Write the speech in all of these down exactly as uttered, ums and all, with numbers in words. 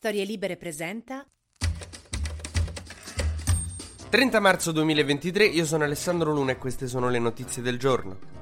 Storie Libere presenta trenta marzo duemilaventitré, io sono Alessandro Luna e queste sono le notizie del giorno.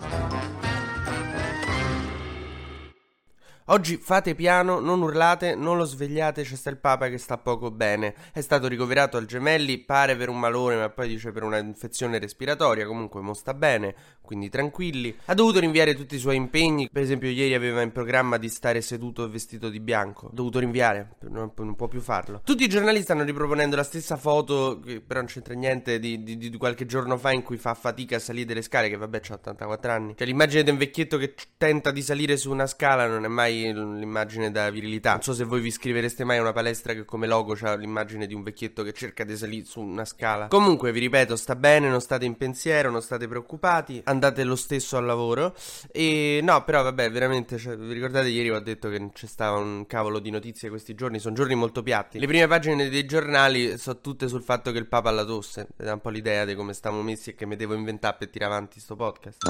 Oggi fate piano, non urlate, non lo svegliate, c'è sta il Papa che sta poco bene. È stato ricoverato al Gemelli, pare per un malore, ma poi dice per una infezione respiratoria, comunque mo sta bene, quindi tranquilli. Ha dovuto rinviare tutti i suoi impegni, per esempio ieri aveva in programma di stare seduto e vestito di bianco. Ha dovuto rinviare, non, non può più farlo. Tutti i giornali stanno riproponendo la stessa foto, che però non c'entra niente, di, di, di qualche giorno fa in cui fa fatica a salire le scale, che vabbè c'ha ottantaquattro anni. Cioè l'immagine di un vecchietto che tenta di salire su una scala non è mai l'immagine da virilità. Non so se voi vi iscrivereste mai a una palestra che come logo c'ha l'immagine di un vecchietto che cerca di salire su una scala. Comunque vi ripeto, sta bene, non state in pensiero, non state preoccupati, andate lo stesso al lavoro. E no, però vabbè, veramente, cioè, vi ricordate ieri ho detto che c'è stava un cavolo di notizie questi giorni, sono giorni molto piatti. Le prime pagine dei giornali sono tutte sul fatto che il Papa ha la tosse. Vi dà un po' l'idea di come stiamo messi e che mi devo inventare per tirare avanti sto podcast.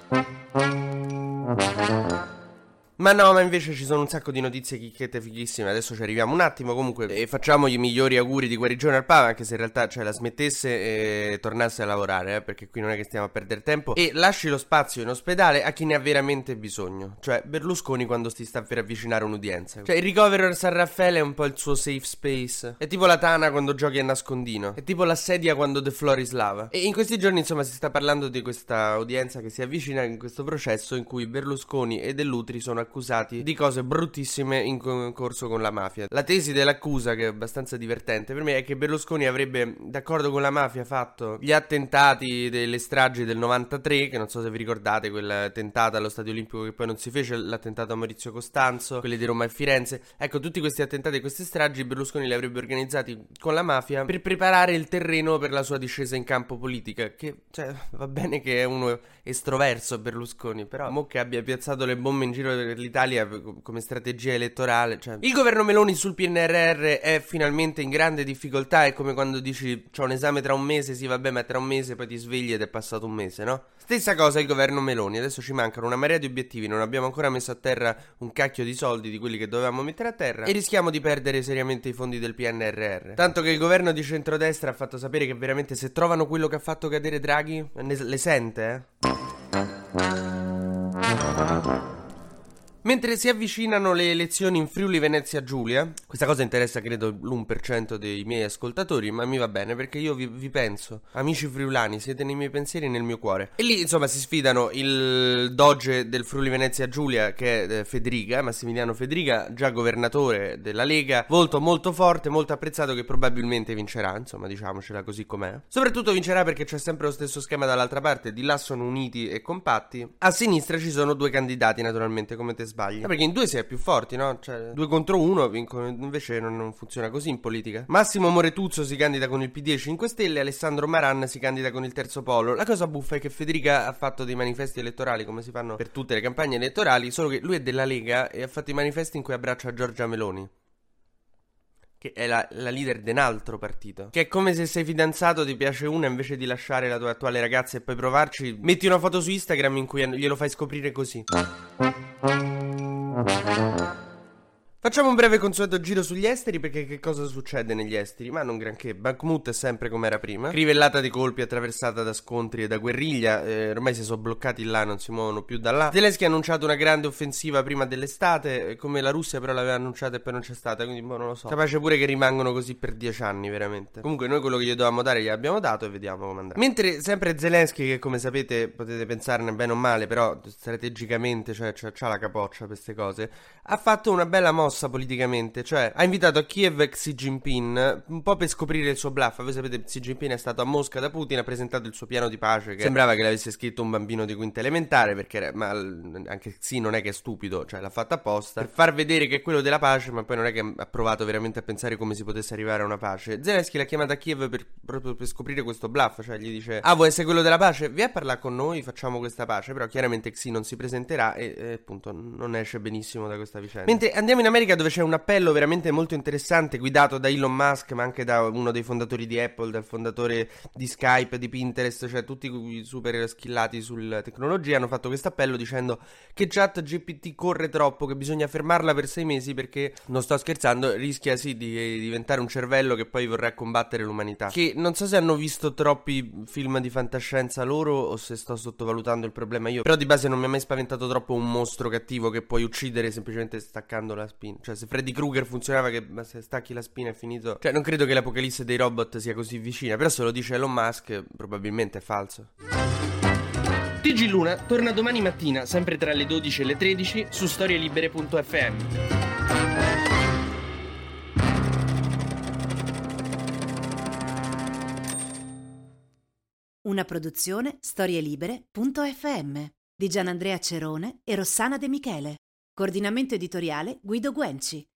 Ma no, ma invece ci sono un sacco di notizie chicchette fighissime. Adesso ci arriviamo un attimo. Comunque e facciamo i migliori auguri di guarigione al Papa, anche se in realtà cioè la smettesse e tornasse a lavorare, eh, perché qui non è che stiamo a perdere tempo. E lasci lo spazio in ospedale a chi ne ha veramente bisogno. Cioè Berlusconi quando si sta per avvicinare un'udienza. Cioè il ricovero al San Raffaele è un po' il suo safe space. È tipo la tana quando giochi a nascondino. È tipo la sedia quando The Floor is Lava. E in questi giorni insomma si sta parlando di questa udienza che si avvicina in questo processo in cui Berlusconi e Dell'Utri sono accusati di cose bruttissime in concorso con la mafia. La tesi dell'accusa, che è abbastanza divertente per me, è che Berlusconi avrebbe, d'accordo con la mafia, fatto gli attentati delle stragi del novantatré, che non so se vi ricordate, quel tentato allo Stadio Olimpico che poi non si fece, l'attentato a Maurizio Costanzo, quelli di Roma e Firenze. Ecco, tutti questi attentati e queste stragi Berlusconi li avrebbe organizzati con la mafia per preparare il terreno per la sua discesa in campo politica, che, cioè, va bene che è uno estroverso Berlusconi, però mo che abbia piazzato le bombe in giro per l'Italia come strategia elettorale, cioè il governo Meloni sul P N R R è finalmente in grande difficoltà. È come quando dici c'ho un esame tra un mese, sì vabbè, ma tra un mese poi ti svegli ed è passato un mese, no? Stessa cosa il governo Meloni, adesso ci mancano una marea di obiettivi, non abbiamo ancora messo a terra un cacchio di soldi di quelli che dovevamo mettere a terra e rischiamo di perdere seriamente i fondi del P N R R. Tanto che il governo di centrodestra ha fatto sapere che veramente se trovano quello che ha fatto cadere Draghi, ne, le sente, eh? Mentre si avvicinano le elezioni in Friuli Venezia Giulia, questa cosa interessa credo l'uno per cento dei miei ascoltatori, ma mi va bene perché io vi, vi penso, amici friulani, siete nei miei pensieri e nel mio cuore. E lì insomma si sfidano il doge del Friuli Venezia Giulia, che è eh, Federica, Massimiliano Federica, già governatore della Lega, volto molto forte, molto apprezzato, che probabilmente vincerà, insomma diciamocela così com'è. Soprattutto vincerà perché c'è sempre lo stesso schema dall'altra parte, di là sono uniti e compatti, a sinistra ci sono due candidati naturalmente, come te sbagli. Eh, perché in due si è più forti, no? Cioè, due contro uno vincono, invece non, non funziona così in politica. Massimo Moretuzzo si candida con il P D e cinque Stelle, Alessandro Maran si candida con il Terzo Polo. La cosa buffa è che Federica ha fatto dei manifesti elettorali, come si fanno per tutte le campagne elettorali, solo che lui è della Lega e ha fatto i manifesti in cui abbraccia Giorgia Meloni, che è la, la leader di un altro partito. Che è come se sei fidanzato, ti piace una, invece di lasciare la tua attuale ragazza e poi provarci, metti una foto su Instagram in cui glielo fai scoprire così. Facciamo un breve consueto giro sugli esteri, perché che cosa succede negli esteri? Ma non granché. Bakhmut è sempre come era prima, crivellata di colpi attraversata da scontri e da guerriglia, eh, ormai si sono bloccati là, non si muovono più da là. Zelensky ha annunciato una grande offensiva prima dell'estate, come la Russia però l'aveva annunciata e poi non c'è stata, quindi boh, non lo so. Capace pure che rimangono così per dieci anni veramente. Comunque noi quello che gli dovevamo dare gliel'abbiamo dato e vediamo come andrà. Mentre sempre Zelensky, che come sapete potete pensarne bene o male, però strategicamente, cioè c'ha la capoccia per queste cose, ha fatto una bella mossa politicamente, cioè ha invitato a Kiev Xi Jinping un po' per scoprire il suo bluff. Voi sapete, Xi Jinping è stato a Mosca da Putin, ha presentato il suo piano di pace che sembrava che l'avesse scritto un bambino di quinta elementare, perché era, ma anche Xi non è che è stupido, cioè l'ha fatto apposta per far vedere che è quello della pace, ma poi non è che ha provato veramente a pensare come si potesse arrivare a una pace. Zelensky l'ha chiamata a Kiev per, proprio per scoprire questo bluff, cioè gli dice: ah, vuoi essere quello della pace? Vieni a parlare con noi, facciamo questa pace. Però chiaramente Xi non si presenterà e, e appunto non esce benissimo da questa vicenda. Mentre andiamo in America America, dove c'è un appello veramente molto interessante guidato da Elon Musk, ma anche da uno dei fondatori di Apple, dal fondatore di Skype, di Pinterest, cioè tutti super skillati sulla tecnologia, hanno fatto questo appello dicendo che ChatGPT corre troppo, che bisogna fermarla per sei mesi perché, non sto scherzando, rischia sì di diventare un cervello che poi vorrà combattere l'umanità. Che non so se hanno visto troppi film di fantascienza loro o se sto sottovalutando il problema io, però di base non mi ha mai spaventato troppo un mostro cattivo che puoi uccidere semplicemente staccando la spina. Cioè, se Freddy Krueger funzionava che se stacchi la spina è finito. Cioè, non credo che l'apocalisse dei robot sia così vicina, però se lo dice Elon Musk probabilmente è falso. T G Luna torna domani mattina, sempre tra le dodici e le tredici, su storielibere punto effe emme. Una produzione storielibere punto effe emme di Gianandrea Cerone e Rossana De Michele. Coordinamento editoriale Guido Guenci.